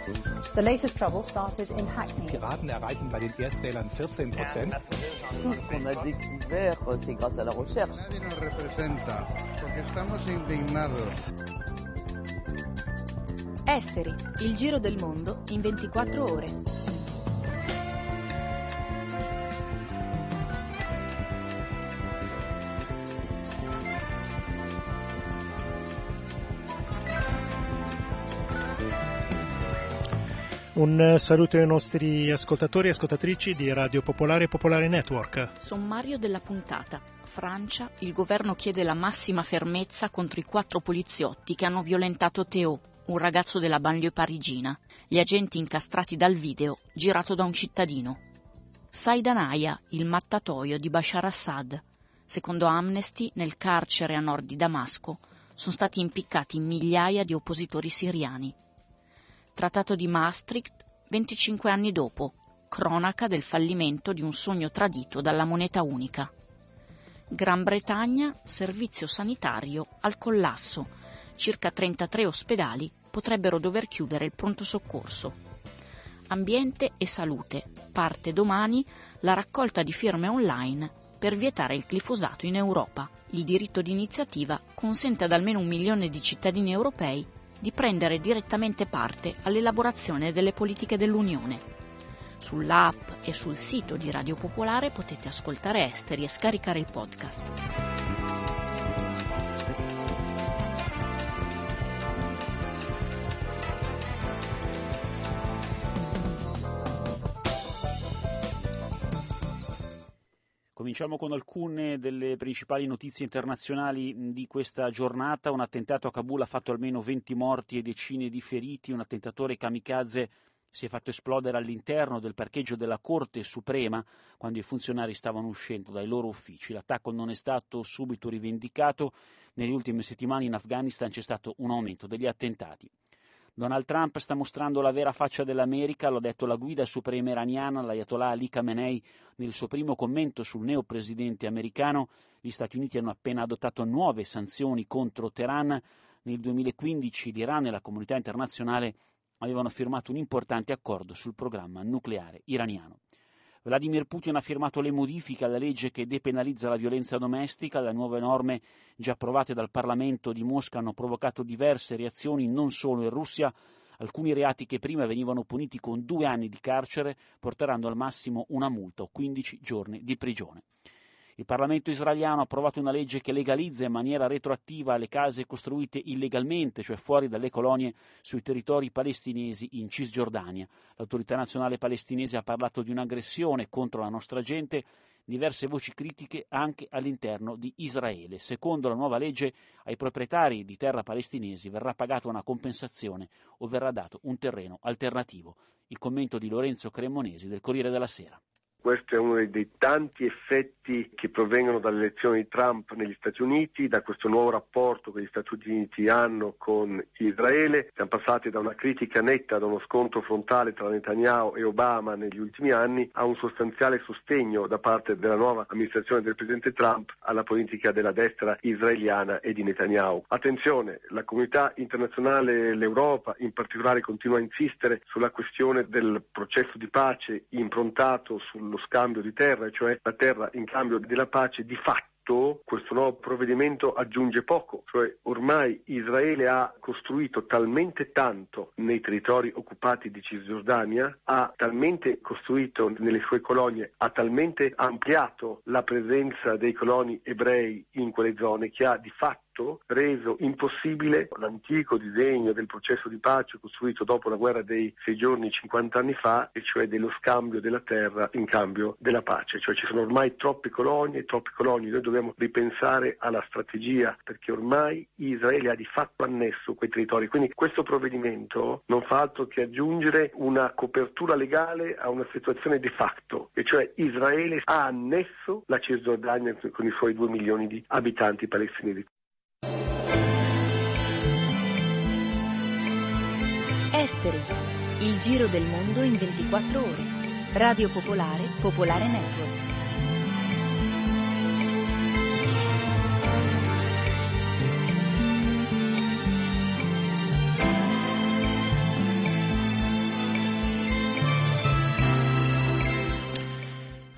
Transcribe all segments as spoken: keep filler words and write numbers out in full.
The latest trouble started in Hackney. Piraten erreichen bei den Erstwählern vierzehn Prozent. Tout ce qu'on a découvert, c'est grâce à la recherche. Nadie nos representa, porque estamos indignados. Esteri, il giro del mondo in ventiquattro ore. Un saluto ai nostri ascoltatori e ascoltatrici di Radio Popolare e Popolare Network. Sommario della puntata. Francia, il governo chiede la massima fermezza contro i quattro poliziotti che hanno violentato Théo, un ragazzo della banlieue parigina. Gli agenti incastrati dal video girato da un cittadino. Said Anaya, il mattatoio di Bashar Assad. Secondo Amnesty, nel carcere a nord di Damasco sono stati impiccati migliaia di oppositori siriani. Trattato di Maastricht, venticinque anni dopo, cronaca del fallimento di un sogno tradito dalla moneta unica. Gran Bretagna, servizio sanitario al collasso. Circa trentatré ospedali potrebbero dover chiudere il pronto soccorso. Ambiente e salute. Parte domani la raccolta di firme online per vietare il glifosato in Europa. Il diritto di iniziativa consente ad almeno un milione di cittadini europei di prendere direttamente parte all'elaborazione delle politiche dell'Unione. Sull'app e sul sito di Radio Popolare potete ascoltare Esteri e scaricare il podcast. Cominciamo con alcune delle principali notizie internazionali di questa giornata. Un attentato a Kabul ha fatto almeno venti morti e decine di feriti. Un attentatore kamikaze si è fatto esplodere all'interno del parcheggio della Corte Suprema quando i funzionari stavano uscendo dai loro uffici. L'attacco non è stato subito rivendicato. Nelle ultime settimane in Afghanistan c'è stato un aumento degli attentati. Donald Trump sta mostrando la vera faccia dell'America, l'ha detto la guida suprema iraniana, l'Ayatollah Ali Khamenei, nel suo primo commento sul neopresidente americano. Gli Stati Uniti hanno appena adottato nuove sanzioni contro Teheran. Nel duemilaquindici l'Iran e la comunità internazionale avevano firmato un importante accordo sul programma nucleare iraniano. Vladimir Putin ha firmato le modifiche alla legge che depenalizza la violenza domestica. Le nuove norme, già approvate dal Parlamento di Mosca, hanno provocato diverse reazioni non solo in Russia. Alcuni reati che prima venivano puniti con due anni di carcere porteranno al massimo una multa o quindici giorni di prigione. Il Parlamento israeliano ha approvato una legge che legalizza in maniera retroattiva le case costruite illegalmente, cioè fuori dalle colonie, sui territori palestinesi in Cisgiordania. L'autorità nazionale palestinese ha parlato di un'aggressione contro la nostra gente, diverse voci critiche anche all'interno di Israele. Secondo la nuova legge, ai proprietari di terra palestinesi verrà pagata una compensazione o verrà dato un terreno alternativo. Il commento di Lorenzo Cremonesi del Corriere della Sera. Questo è uno dei tanti effetti che provengono dalle elezioni di Trump negli Stati Uniti, da questo nuovo rapporto che gli Stati Uniti hanno con Israele. Siamo passati da una critica netta, da uno scontro frontale tra Netanyahu e Obama negli ultimi anni, a un sostanziale sostegno da parte della nuova amministrazione del presidente Trump alla politica della destra israeliana e di Netanyahu. Attenzione, la comunità internazionale, l'Europa in particolare, continua a insistere sulla questione del processo di pace improntato sullo scambio di terra, cioè la terra in cambio della pace. Di fatto questo nuovo provvedimento aggiunge poco, cioè ormai Israele ha costruito talmente tanto nei territori occupati di Cisgiordania, ha talmente costruito nelle sue colonie, ha talmente ampliato la presenza dei coloni ebrei in quelle zone che ha di fatto reso impossibile l'antico disegno del processo di pace costruito dopo la guerra dei sei giorni cinquanta anni fa, e cioè dello scambio della terra in cambio della pace. Cioè ci sono ormai troppe colonie, troppi coloni, noi dobbiamo ripensare alla strategia, perché ormai Israele ha di fatto annesso quei territori. Quindi questo provvedimento non fa altro che aggiungere una copertura legale a una situazione de facto, e cioè Israele ha annesso la Cisgiordania con i suoi due milioni di abitanti palestinesi. Esteri, il giro del mondo in ventiquattro ore. Radio Popolare, Popolare Network.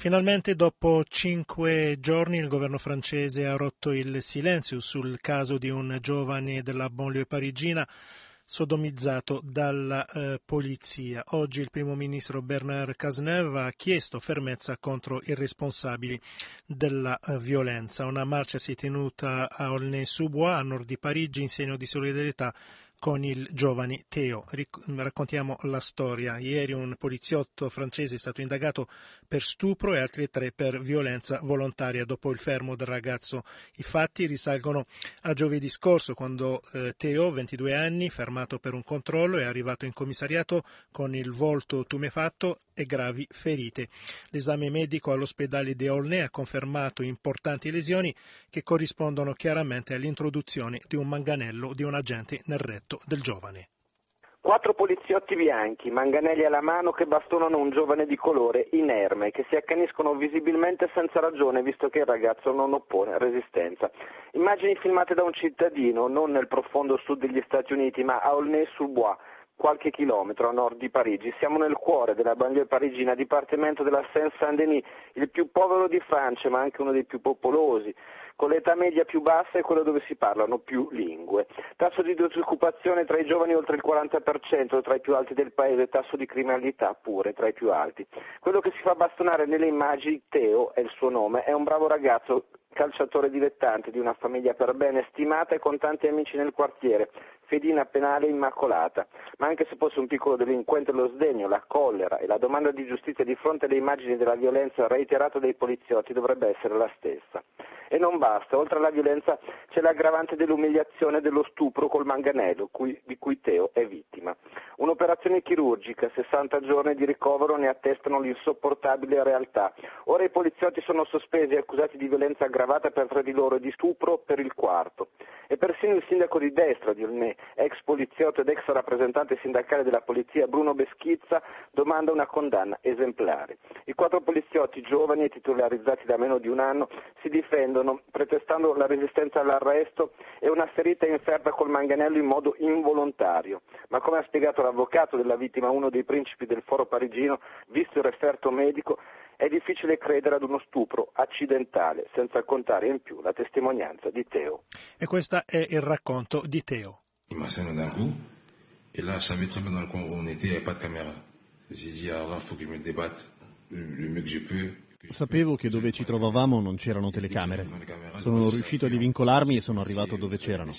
Finalmente, dopo cinque giorni, il governo francese ha rotto il silenzio sul caso di un giovane della banlieue parigina sodomizzato dalla eh, polizia. Oggi il primo ministro Bernard Cazeneuve ha chiesto fermezza contro i responsabili della eh, violenza. Una marcia si è tenuta a Aulnay-sous-Bois, a nord di Parigi, in segno di solidarietà con il giovane Théo. Raccontiamo la storia. Ieri un poliziotto francese è stato indagato per stupro e altri tre per violenza volontaria dopo il fermo del ragazzo. I fatti risalgono a giovedì scorso, quando eh, Théo, ventidue anni, fermato per un controllo, è arrivato in commissariato con il volto tumefatto e gravi ferite. L'esame medico all'ospedale di Aulnay ha confermato importanti lesioni che corrispondono chiaramente all'introduzione di un manganello di un agente nel retto del giovane. Quattro poliziotti bianchi, manganelli alla mano, che bastonano un giovane di colore inerme, che si accaniscono visibilmente senza ragione, visto che il ragazzo non oppone resistenza. Immagini filmate da un cittadino, non nel profondo sud degli Stati Uniti, ma a Aulnay-sous-Bois, qualche chilometro a nord di Parigi. Siamo nel cuore della banlieue parigina, dipartimento della Seine-Saint-Denis, il più povero di Francia, ma anche uno dei più popolosi, con l'età media più bassa e quello dove si parlano più lingue. Tasso di disoccupazione tra i giovani oltre il quaranta per cento, tra i più alti del paese, tasso di criminalità pure tra i più alti. Quello che si fa bastonare nelle immagini, Théo è il suo nome, è un bravo ragazzo, calciatore dilettante di una famiglia per bene stimata e con tanti amici nel quartiere, fedina penale immacolata. Ma anche se fosse un piccolo delinquente, lo sdegno, la collera e la domanda di giustizia di fronte alle immagini della violenza reiterata dai poliziotti dovrebbe essere la stessa. E non basta, oltre alla violenza c'è l'aggravante dell'umiliazione e dello stupro col manganello, cui, di cui Théo è vittima. Un'operazione chirurgica, sessanta giorni di ricovero ne attestano l'insopportabile realtà. Ora i poliziotti sono sospesi e accusati di violenza aggravata per tre di loro e di stupro per il quarto. E persino il sindaco di destra di Aulnay, ex poliziotto ed ex rappresentante sindacale della polizia, Bruno Beschizza, domanda una condanna esemplare. I quattro poliziotti giovani e titolarizzati da meno di un anno si difendono pretestando la resistenza all'arresto e una ferita inferta col manganello in modo involontario. Ma come ha spiegato l'avvocato della vittima, uno dei principi del foro parigino, visto il referto medico, è difficile credere ad uno stupro accidentale, senza contare in più la testimonianza di Théo. E questo è il racconto di Théo. Il m'a serré d'un coup, et là, je savais très bien dans le coin où on était, il n'y avait pas de caméra. J'ai dit, alors là, il faut que je me débatte le mieux que je peux. Sapevo che dove ci trovavamo non c'erano telecamere. Sono riuscito a divincolarmi e sono arrivato dove c'erano.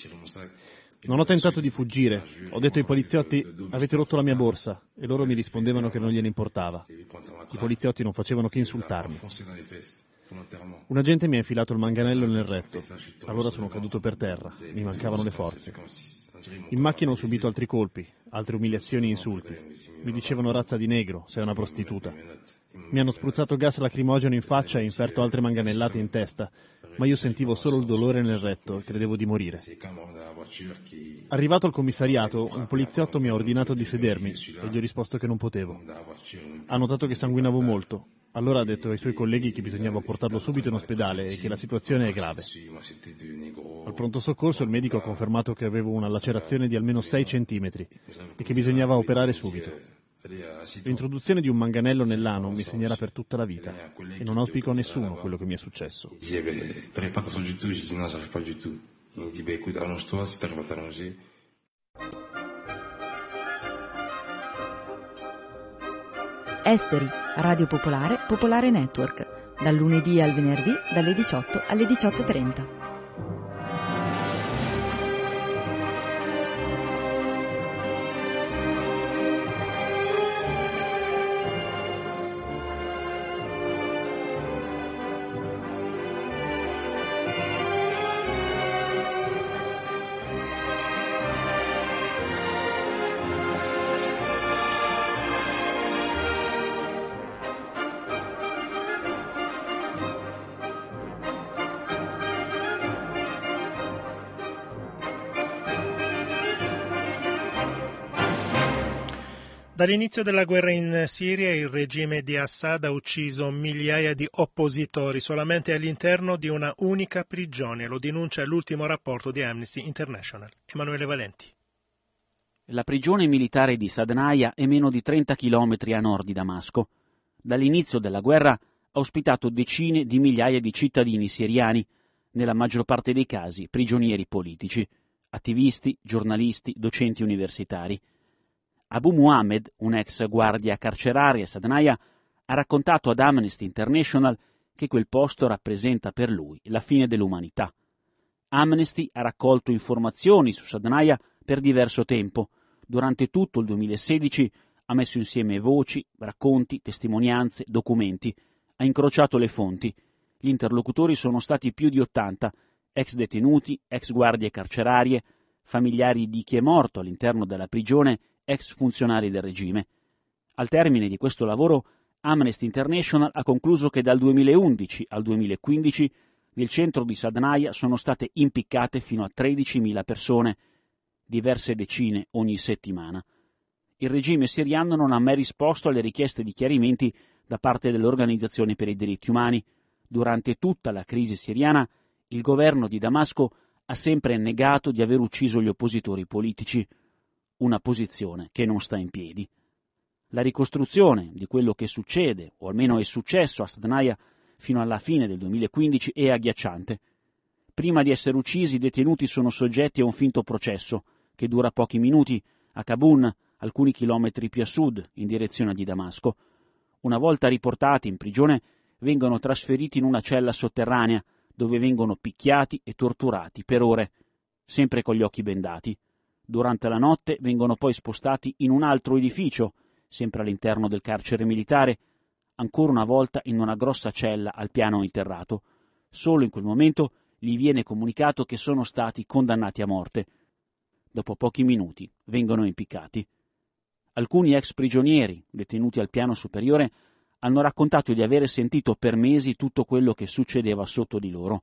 Non ho tentato di fuggire. Ho detto ai poliziotti: avete rotto la mia borsa, e loro mi rispondevano che non gliene importava. I poliziotti non facevano che insultarmi. Un agente mi ha infilato il manganello nel retto. Allora sono caduto per terra. Mi mancavano le forze. In macchina ho subito altri colpi, altre umiliazioni e insulti. Mi dicevano razza di negro, sei una prostituta. Mi hanno spruzzato gas lacrimogeno in faccia e inferto altre manganellate in testa, ma io sentivo solo il dolore nel retto e credevo di morire. Arrivato al commissariato, un poliziotto mi ha ordinato di sedermi e gli ho risposto che non potevo. Ha notato che sanguinavo molto. Allora ha detto ai suoi colleghi che bisognava portarlo subito in ospedale e che la situazione è grave. Al pronto soccorso il medico ha confermato che avevo una lacerazione di almeno sei centimetri e che bisognava operare subito. L'introduzione di un manganello nell'ano mi segnerà per tutta la vita e non auspico a nessuno quello che mi è successo. Esteri, Radio Popolare, Popolare Network, dal lunedì al venerdì dalle diciotto alle diciotto e trenta. Dall'inizio della guerra in Siria il regime di Assad ha ucciso migliaia di oppositori solamente all'interno di una unica prigione, lo denuncia l'ultimo rapporto di Amnesty International. Emanuele Valenti. La prigione militare di Sadnaia è meno di trenta chilometri a nord di Damasco. Dall'inizio della guerra ha ospitato decine di migliaia di cittadini siriani, nella maggior parte dei casi prigionieri politici, attivisti, giornalisti, docenti universitari. Abu Muhammad, un ex guardia carceraria a Sadnaja, ha raccontato ad Amnesty International che quel posto rappresenta per lui la fine dell'umanità. Amnesty ha raccolto informazioni su Sadnaja per diverso tempo. Durante tutto il duemilasedici ha messo insieme voci, racconti, testimonianze, documenti. Ha incrociato le fonti. Gli interlocutori sono stati più di ottanta, ex detenuti, ex guardie carcerarie, familiari di chi è morto all'interno della prigione, ex funzionari del regime. Al termine di questo lavoro, Amnesty International ha concluso che dal duemilaundici al duemilaquindici nel centro di Sadnaja sono state impiccate fino a tredicimila persone, diverse decine ogni settimana. Il regime siriano non ha mai risposto alle richieste di chiarimenti da parte delle organizzazioni per i diritti umani. Durante tutta la crisi siriana, il governo di Damasco ha sempre negato di aver ucciso gli oppositori politici, una posizione che non sta in piedi. La ricostruzione di quello che succede, o almeno è successo a Sadnaja fino alla fine del duemilaquindici, è agghiacciante. Prima di essere uccisi, i detenuti sono soggetti a un finto processo, che dura pochi minuti, a Kabun, alcuni chilometri più a sud, in direzione di Damasco. Una volta riportati in prigione, vengono trasferiti in una cella sotterranea, dove vengono picchiati e torturati per ore, sempre con gli occhi bendati. Durante la notte vengono poi spostati in un altro edificio, sempre all'interno del carcere militare, ancora una volta in una grossa cella al piano interrato. Solo in quel momento gli viene comunicato che sono stati condannati a morte. Dopo pochi minuti vengono impiccati. Alcuni ex prigionieri, detenuti al piano superiore, hanno raccontato di avere sentito per mesi tutto quello che succedeva sotto di loro.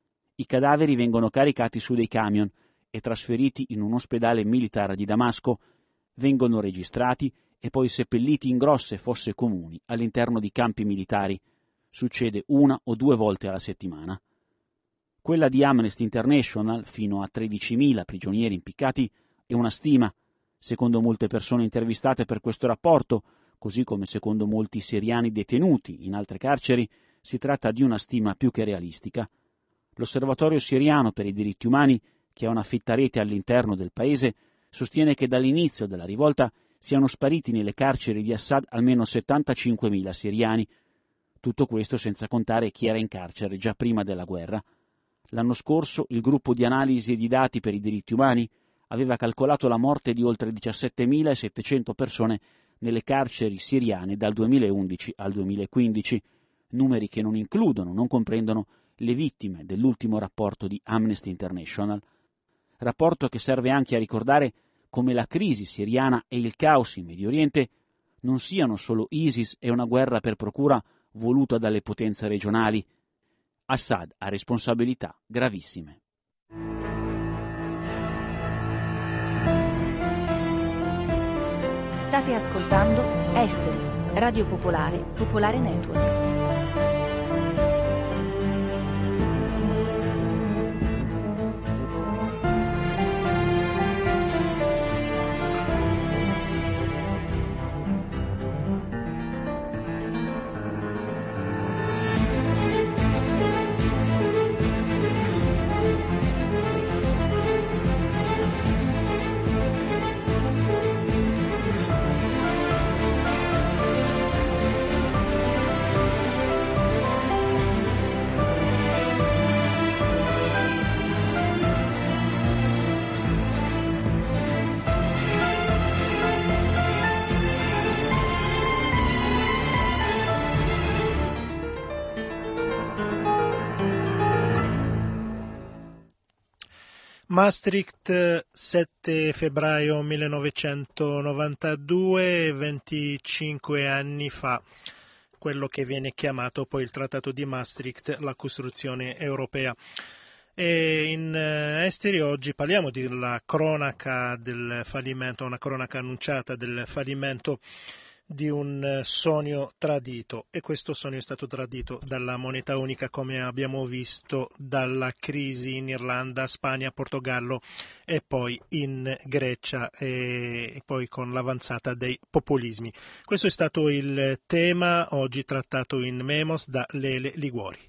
I cadaveri vengono caricati su dei camion e trasferiti in un ospedale militare di Damasco, vengono registrati e poi seppelliti in grosse fosse comuni all'interno di campi militari. Succede una o due volte alla settimana. Quella di Amnesty International, fino a tredicimila prigionieri impiccati, è una stima. Secondo molte persone intervistate per questo rapporto, così come secondo molti siriani detenuti in altre carceri, si tratta di una stima più che realistica. L'Osservatorio siriano per i diritti umani, che ha una fitta rete all'interno del paese, sostiene che dall'inizio della rivolta siano spariti nelle carceri di Assad almeno settantacinquemila siriani. Tutto questo senza contare chi era in carcere già prima della guerra. L'anno scorso il gruppo di analisi e di dati per i diritti umani aveva calcolato la morte di oltre diciassettemilasettecento persone nelle carceri siriane dal duemilaundici al duemilaquindici, numeri che non includono, non comprendono le vittime dell'ultimo rapporto di Amnesty International. Rapporto che serve anche a ricordare come la crisi siriana e il caos in Medio Oriente non siano solo ISIS e una guerra per procura voluta dalle potenze regionali. Assad ha responsabilità gravissime. State ascoltando Esteri, Radio Popolare, Popolare Network. Maastricht, sette febbraio millenovecentonovantadue, venticinque anni fa, quello che viene chiamato poi il Trattato di Maastricht, la costruzione europea. E in Esteri oggi parliamo della cronaca del fallimento, una cronaca annunciata del fallimento di un sogno tradito, e questo sogno è stato tradito dalla moneta unica, come abbiamo visto, dalla crisi in Irlanda, Spagna, Portogallo e poi in Grecia, e poi con l'avanzata dei populismi. Questo è stato il tema oggi trattato in Memos da Lele Liguori.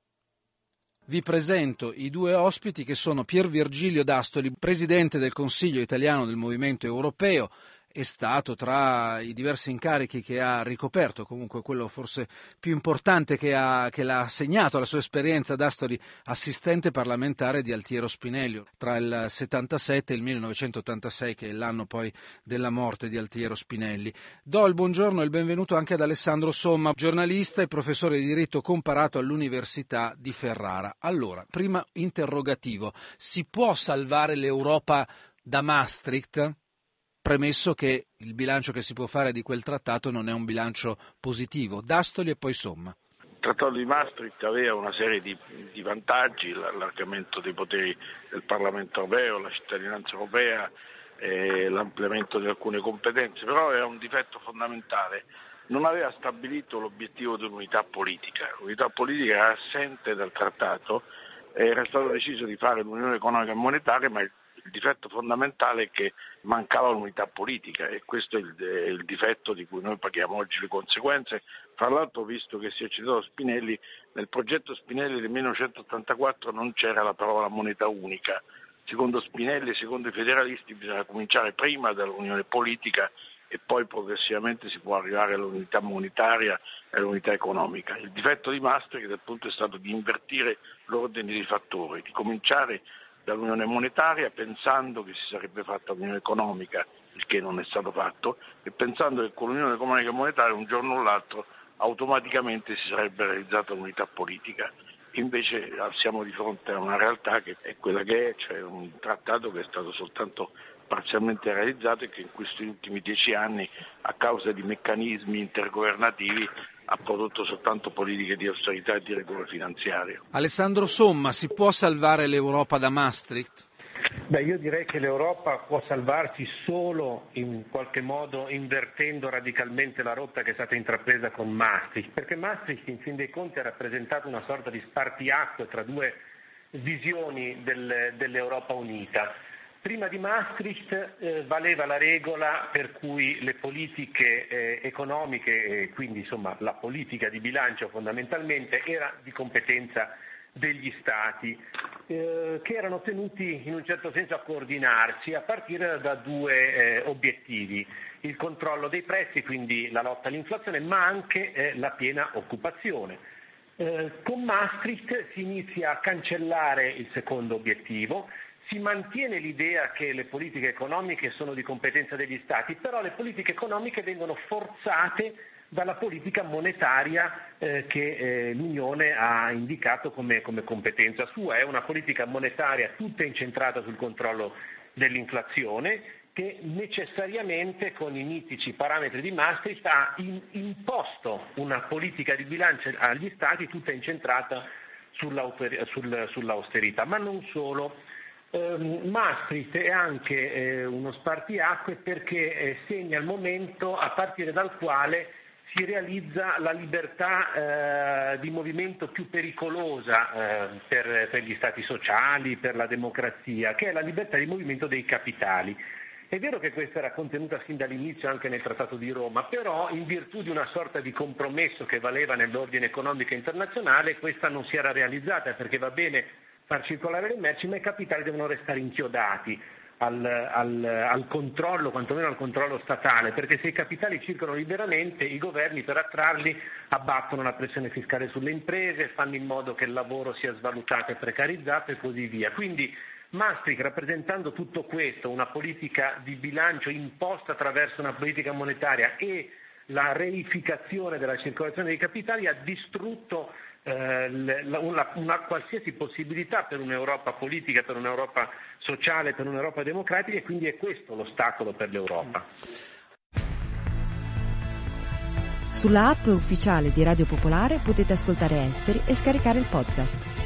Vi presento i due ospiti che sono Pier Virgilio Dastoli, presidente del Consiglio italiano del Movimento Europeo. È stato, tra i diversi incarichi che ha ricoperto, comunque quello forse più importante che, ha, che l'ha assegnato alla sua esperienza, Dastoli, assistente parlamentare di Altiero Spinelli tra il settantasette e il millenovecentottantasei, che è l'anno poi della morte di Altiero Spinelli. Do il buongiorno e il benvenuto anche ad Alessandro Somma, giornalista e professore di diritto comparato all'Università di Ferrara. Allora, prima interrogativo: si può salvare l'Europa da Maastricht? Premesso che il bilancio che si può fare di quel trattato non è un bilancio positivo. Dastoli e poi Somma. Il trattato di Maastricht aveva una serie di, di vantaggi: l'allargamento dei poteri del Parlamento europeo, la cittadinanza europea, eh, l'ampliamento di alcune competenze, però era un difetto fondamentale: non aveva stabilito l'obiettivo dell'unità politica. L'unità politica era assente dal trattato, era stato deciso di fare l'unione economica e monetaria, ma il Il difetto fondamentale è che mancava l'unità politica, e questo è il, è il difetto di cui noi paghiamo oggi le conseguenze. Fra l'altro, visto che si è citato Spinelli, nel progetto Spinelli del millenovecentottantaquattro non c'era la parola moneta unica. Secondo Spinelli e secondo i federalisti bisogna cominciare prima dall'unione politica e poi progressivamente si può arrivare all'unità monetaria e all'unità economica. Il difetto di Maastricht appunto è stato di invertire l'ordine dei fattori, di cominciare dall'unione monetaria pensando che si sarebbe fatta l'unione economica, il che non è stato fatto, e pensando che con l'unione economica e monetaria un giorno o l'altro automaticamente si sarebbe realizzata l'unità politica. Invece siamo di fronte a una realtà che è quella che è, cioè un trattato che è stato soltanto parzialmente realizzato e che in questi ultimi dieci anni, a causa di meccanismi intergovernativi, ha prodotto soltanto politiche di austerità e di rigore finanziario. Alessandro Somma, si può salvare l'Europa da Maastricht? Beh, io direi che l'Europa può salvarsi solo in qualche modo invertendo radicalmente la rotta che è stata intrapresa con Maastricht, perché Maastricht in fin dei conti ha rappresentato una sorta di spartiacque tra due visioni del, dell'Europa unita. Prima di Maastricht eh, valeva la regola per cui le politiche eh, economiche, e quindi insomma la politica di bilancio fondamentalmente, era di competenza degli Stati, eh, che erano tenuti in un certo senso a coordinarsi a partire da due eh, obiettivi: il controllo dei prezzi, quindi la lotta all'inflazione, ma anche eh, la piena occupazione. Eh, con Maastricht si inizia a cancellare il secondo obiettivo. Si mantiene l'idea che le politiche economiche sono di competenza degli Stati, però le politiche economiche vengono forzate dalla politica monetaria eh, che eh, l'Unione ha indicato come, come competenza sua. È una politica monetaria tutta incentrata sul controllo dell'inflazione, che necessariamente con i mitici parametri di Maastricht ha in, imposto una politica di bilancio agli Stati tutta incentrata sul, sull'austerità, ma non solo. Um, Maastricht è anche eh, uno spartiacque perché eh, segna il momento a partire dal quale si realizza la libertà eh, di movimento più pericolosa eh, per, per gli stati sociali, per la democrazia, che è la libertà di movimento dei capitali. È vero che questa era contenuta fin dall'inizio anche nel Trattato di Roma, però in virtù di una sorta di compromesso che valeva nell'ordine economico internazionale, questa non si era realizzata, perché va bene far circolare le merci, ma i capitali devono restare inchiodati al, al, al controllo, quantomeno al controllo statale, perché se i capitali circolano liberamente, i governi per attrarli abbattono la pressione fiscale sulle imprese, fanno in modo che il lavoro sia svalutato e precarizzato e così via. Quindi Maastricht, rappresentando tutto questo, una politica di bilancio imposta attraverso una politica monetaria e la reificazione della circolazione dei capitali, ha distrutto eh, una, una qualsiasi possibilità per un'Europa politica, per un'Europa sociale, per un'Europa democratica, e quindi è questo l'ostacolo per l'Europa. Sulla app ufficiale di Radio Popolare potete ascoltare Esteri e scaricare il podcast.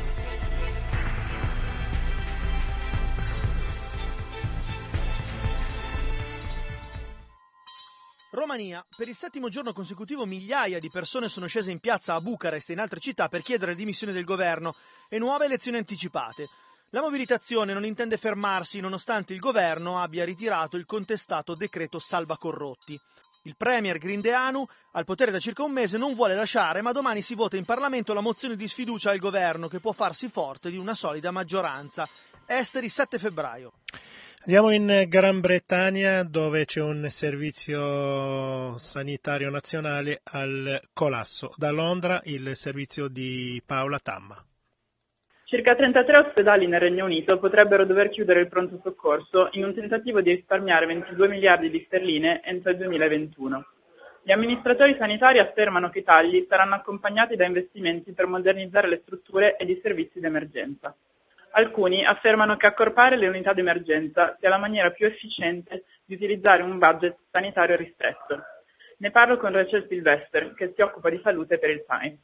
Romania. Per il settimo giorno consecutivo migliaia di persone sono scese in piazza a Bucarest e in altre città per chiedere le dimissioni del governo e nuove elezioni anticipate. La mobilitazione non intende fermarsi nonostante il governo abbia ritirato il contestato decreto salva corrotti. Il premier Grindeanu, al potere da circa un mese, non vuole lasciare, ma domani si vota in Parlamento la mozione di sfiducia al governo che può farsi forte di una solida maggioranza. Esteri, sette febbraio. Andiamo in Gran Bretagna, dove c'è un servizio sanitario nazionale al collasso. Da Londra il servizio di Paola Tamma. Circa trentatré ospedali nel Regno Unito potrebbero dover chiudere il pronto soccorso in un tentativo di risparmiare ventidue miliardi di sterline entro il duemilaventuno. Gli amministratori sanitari affermano che i tagli saranno accompagnati da investimenti per modernizzare le strutture ed i servizi d'emergenza. Alcuni affermano che accorpare le unità d'emergenza sia la maniera più efficiente di utilizzare un budget sanitario ristretto. Ne parlo con Rachel Sylvester, che si occupa di salute per il Times.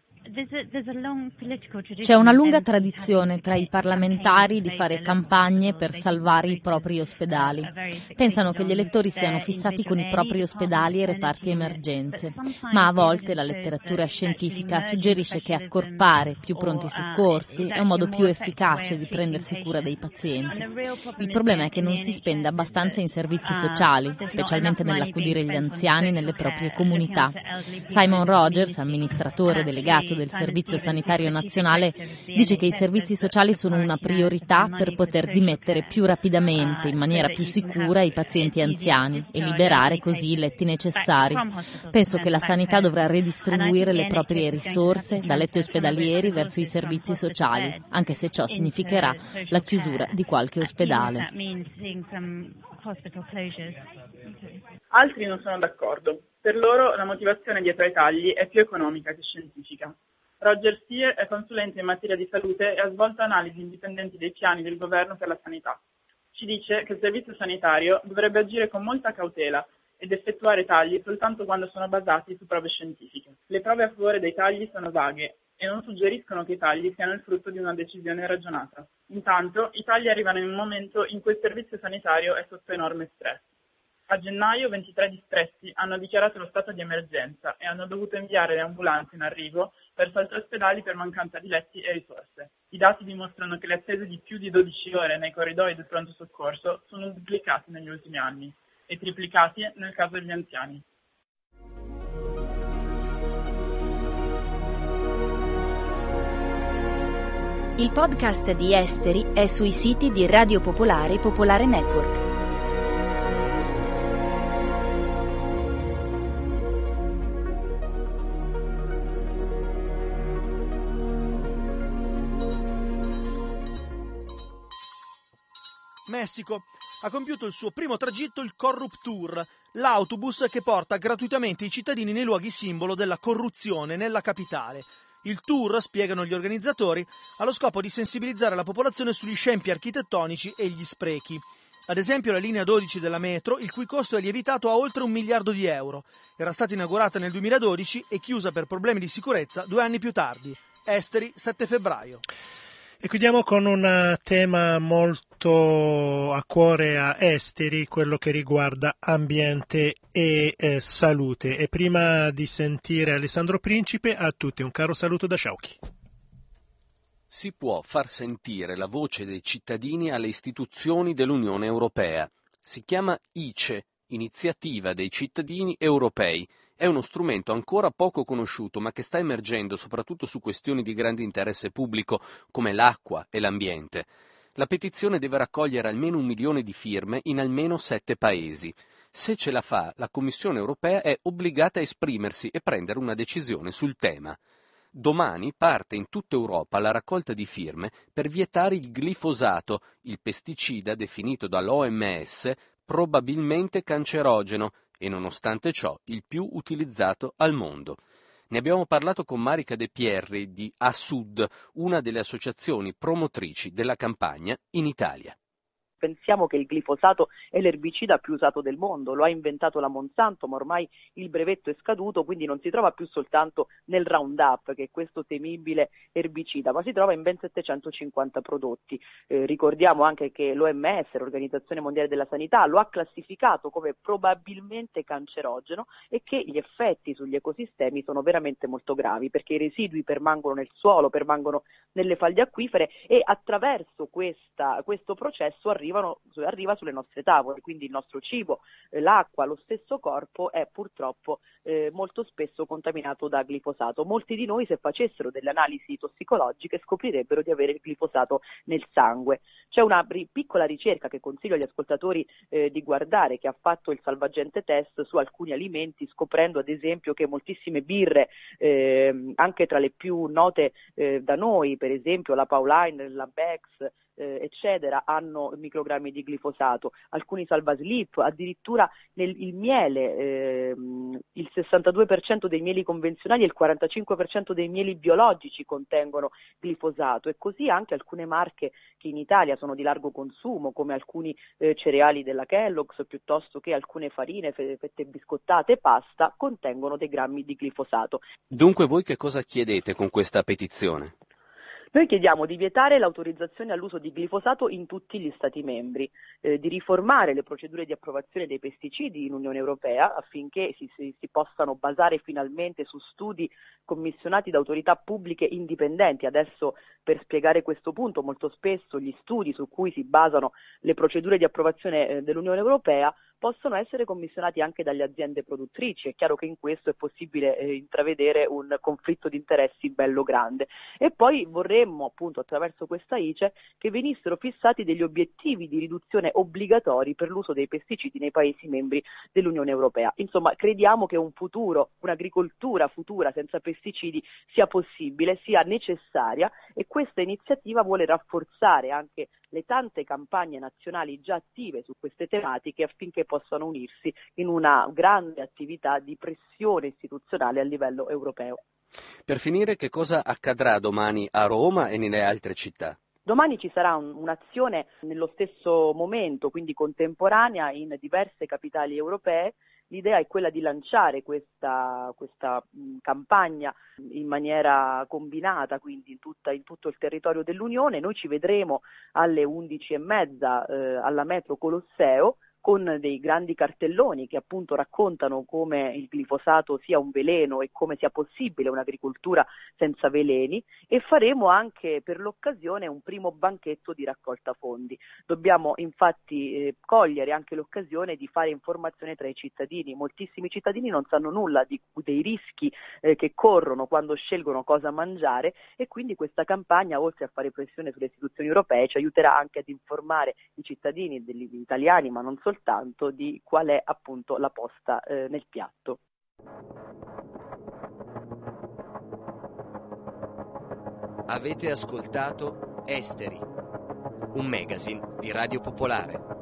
C'è una lunga tradizione tra i parlamentari di fare campagne per salvare i propri ospedali. Pensano che gli elettori siano fissati con i propri ospedali e reparti emergenze, ma a volte la letteratura scientifica suggerisce che accorpare più pronti soccorsi è un modo più efficace di prendersi cura dei pazienti. Il problema è che non si spende abbastanza in servizi sociali, specialmente nell'accudire gli anziani nelle proprie comunità. Simon Rogers, amministratore delegato del Servizio Sanitario Nazionale, dice che i servizi sociali sono una priorità per poter dimettere più rapidamente, in maniera più sicura, i pazienti anziani e liberare così i letti necessari. Penso che la sanità dovrà redistribuire le proprie risorse da letti ospedalieri verso i servizi sociali, anche se ciò significherà la chiusura di qualche ospedale. Altri non sono d'accordo. Per loro la motivazione dietro ai tagli è più economica che scientifica. Roger Steer è consulente in materia di salute e ha svolto analisi indipendenti dei piani del governo per la sanità. Ci dice che il servizio sanitario dovrebbe agire con molta cautela ed effettuare tagli soltanto quando sono basati su prove scientifiche. Le prove a favore dei tagli sono vaghe e non suggeriscono che i tagli siano il frutto di una decisione ragionata. Intanto, i tagli arrivano in un momento in cui il servizio sanitario è sotto enorme stress. A gennaio ventitré distretti hanno dichiarato lo stato di emergenza e hanno dovuto inviare le ambulanze in arrivo verso altri ospedali per mancanza di letti e risorse. I dati dimostrano che le attese di più di dodici ore nei corridoi del pronto soccorso sono duplicati negli ultimi anni e triplicati nel caso degli anziani. Il podcast di Esteri è sui siti di Radio Popolare e Popolare Network. Messico. Ha compiuto il suo primo tragitto il Corrupt Tour, l'autobus che porta gratuitamente i cittadini nei luoghi simbolo della corruzione nella capitale. Il tour, spiegano gli organizzatori, ha lo scopo di sensibilizzare la popolazione sugli scempi architettonici e gli sprechi. Ad esempio la linea dodici della metro, il cui costo è lievitato a oltre un miliardo di euro. Era stata inaugurata nel duemiladodici e chiusa per problemi di sicurezza due anni più tardi. Esteri, sette febbraio. E chiudiamo con un tema molto a cuore a Esteri, quello che riguarda ambiente e eh, salute. E prima di sentire Alessandro Principe, a tutti un caro saluto da Sciauchi. Si può far sentire la voce dei cittadini alle istituzioni dell'Unione Europea. Si chiama I C E, Iniziativa dei Cittadini Europei. È uno strumento ancora poco conosciuto, ma che sta emergendo soprattutto su questioni di grande interesse pubblico come l'acqua e l'ambiente. La petizione deve raccogliere almeno un milione di firme in almeno sette paesi. Se ce la fa, la Commissione europea è obbligata a esprimersi e prendere una decisione sul tema. Domani parte in tutta Europa la raccolta di firme per vietare il glifosato, il pesticida definito dall'O M S probabilmente cancerogeno e nonostante ciò il più utilizzato al mondo. Ne abbiamo parlato con Marica De Pierri di A Sud, una delle associazioni promotrici della campagna in Italia. pensiamo che il glifosato è l'erbicida più usato del mondo, lo ha inventato la Monsanto, ma ormai il brevetto è scaduto, quindi non si trova più soltanto nel Roundup, che è questo temibile erbicida, ma si trova in ben settecentocinquanta prodotti. Eh, ricordiamo anche che l'O M S, l'Organizzazione Mondiale della Sanità, lo ha classificato come probabilmente cancerogeno e che gli effetti sugli ecosistemi sono veramente molto gravi, perché i residui permangono nel suolo, permangono nelle falde acquifere e attraverso questa, questo processo arrivano, arriva sulle nostre tavole, quindi il nostro cibo, eh, l'acqua, lo stesso corpo è purtroppo eh, molto spesso contaminato da glifosato. Molti di noi, se facessero delle analisi tossicologiche, scoprirebbero di avere il glifosato nel sangue. C'è una ri- piccola ricerca che consiglio agli ascoltatori eh, di guardare, che ha fatto il salvagente test su alcuni alimenti, scoprendo ad esempio che moltissime birre, eh, anche tra le più note eh, da noi, per esempio la Pauline, la Beck's, eh, eccetera, hanno microgrammi di glifosato, alcuni salvaslip, addirittura nel il miele, eh, il sessantadue per cento dei mieli convenzionali e il quarantacinque per cento dei mieli biologici contengono glifosato, e così anche alcune marche che in Italia sono di largo consumo, come alcuni eh, cereali della Kellogg's, piuttosto che alcune farine, fette biscottate, pasta, contengono dei grammi di glifosato. Dunque voi che cosa chiedete con questa petizione? Noi chiediamo di vietare l'autorizzazione all'uso di glifosato in tutti gli Stati membri, eh, di riformare le procedure di approvazione dei pesticidi in Unione Europea affinché si, si, si possano basare finalmente su studi commissionati da autorità pubbliche indipendenti. Adesso, per spiegare questo punto, molto spesso gli studi su cui si basano le procedure di approvazione eh, dell'Unione Europea possono essere commissionati anche dalle aziende produttrici. È chiaro che in questo è possibile eh, intravedere un conflitto di interessi bello grande. E poi vorremmo, appunto, attraverso questa I C E, che venissero fissati degli obiettivi di riduzione obbligatori per l'uso dei pesticidi nei Paesi membri dell'Unione Europea. Insomma, crediamo che un futuro, un'agricoltura futura senza pesticidi sia possibile, sia necessaria, e questa iniziativa vuole rafforzare anche le tante campagne nazionali già attive su queste tematiche affinché possano unirsi in una grande attività di pressione istituzionale a livello europeo. Per finire, che cosa accadrà domani a Roma e nelle altre città? Domani ci sarà un, un'azione nello stesso momento, quindi contemporanea, in diverse capitali europee. L'idea è quella di lanciare questa, questa mh, campagna in maniera combinata, quindi in, tutta, in tutto il territorio dell'Unione. Noi ci vedremo alle undici e mezza eh, alla Metro Colosseo, con dei grandi cartelloni che appunto raccontano come il glifosato sia un veleno e come sia possibile un'agricoltura senza veleni, e faremo anche per l'occasione un primo banchetto di raccolta fondi. Dobbiamo infatti eh, cogliere anche l'occasione di fare informazione tra i cittadini. Moltissimi cittadini non sanno nulla di, dei rischi eh, che corrono quando scelgono cosa mangiare, e quindi questa campagna, oltre a fare pressione sulle istituzioni europee, ci aiuterà anche ad informare i cittadini, degli italiani, ma non solo, soltanto di qual è appunto la posta eh, nel piatto. Avete ascoltato Esteri, un magazine di Radio Popolare.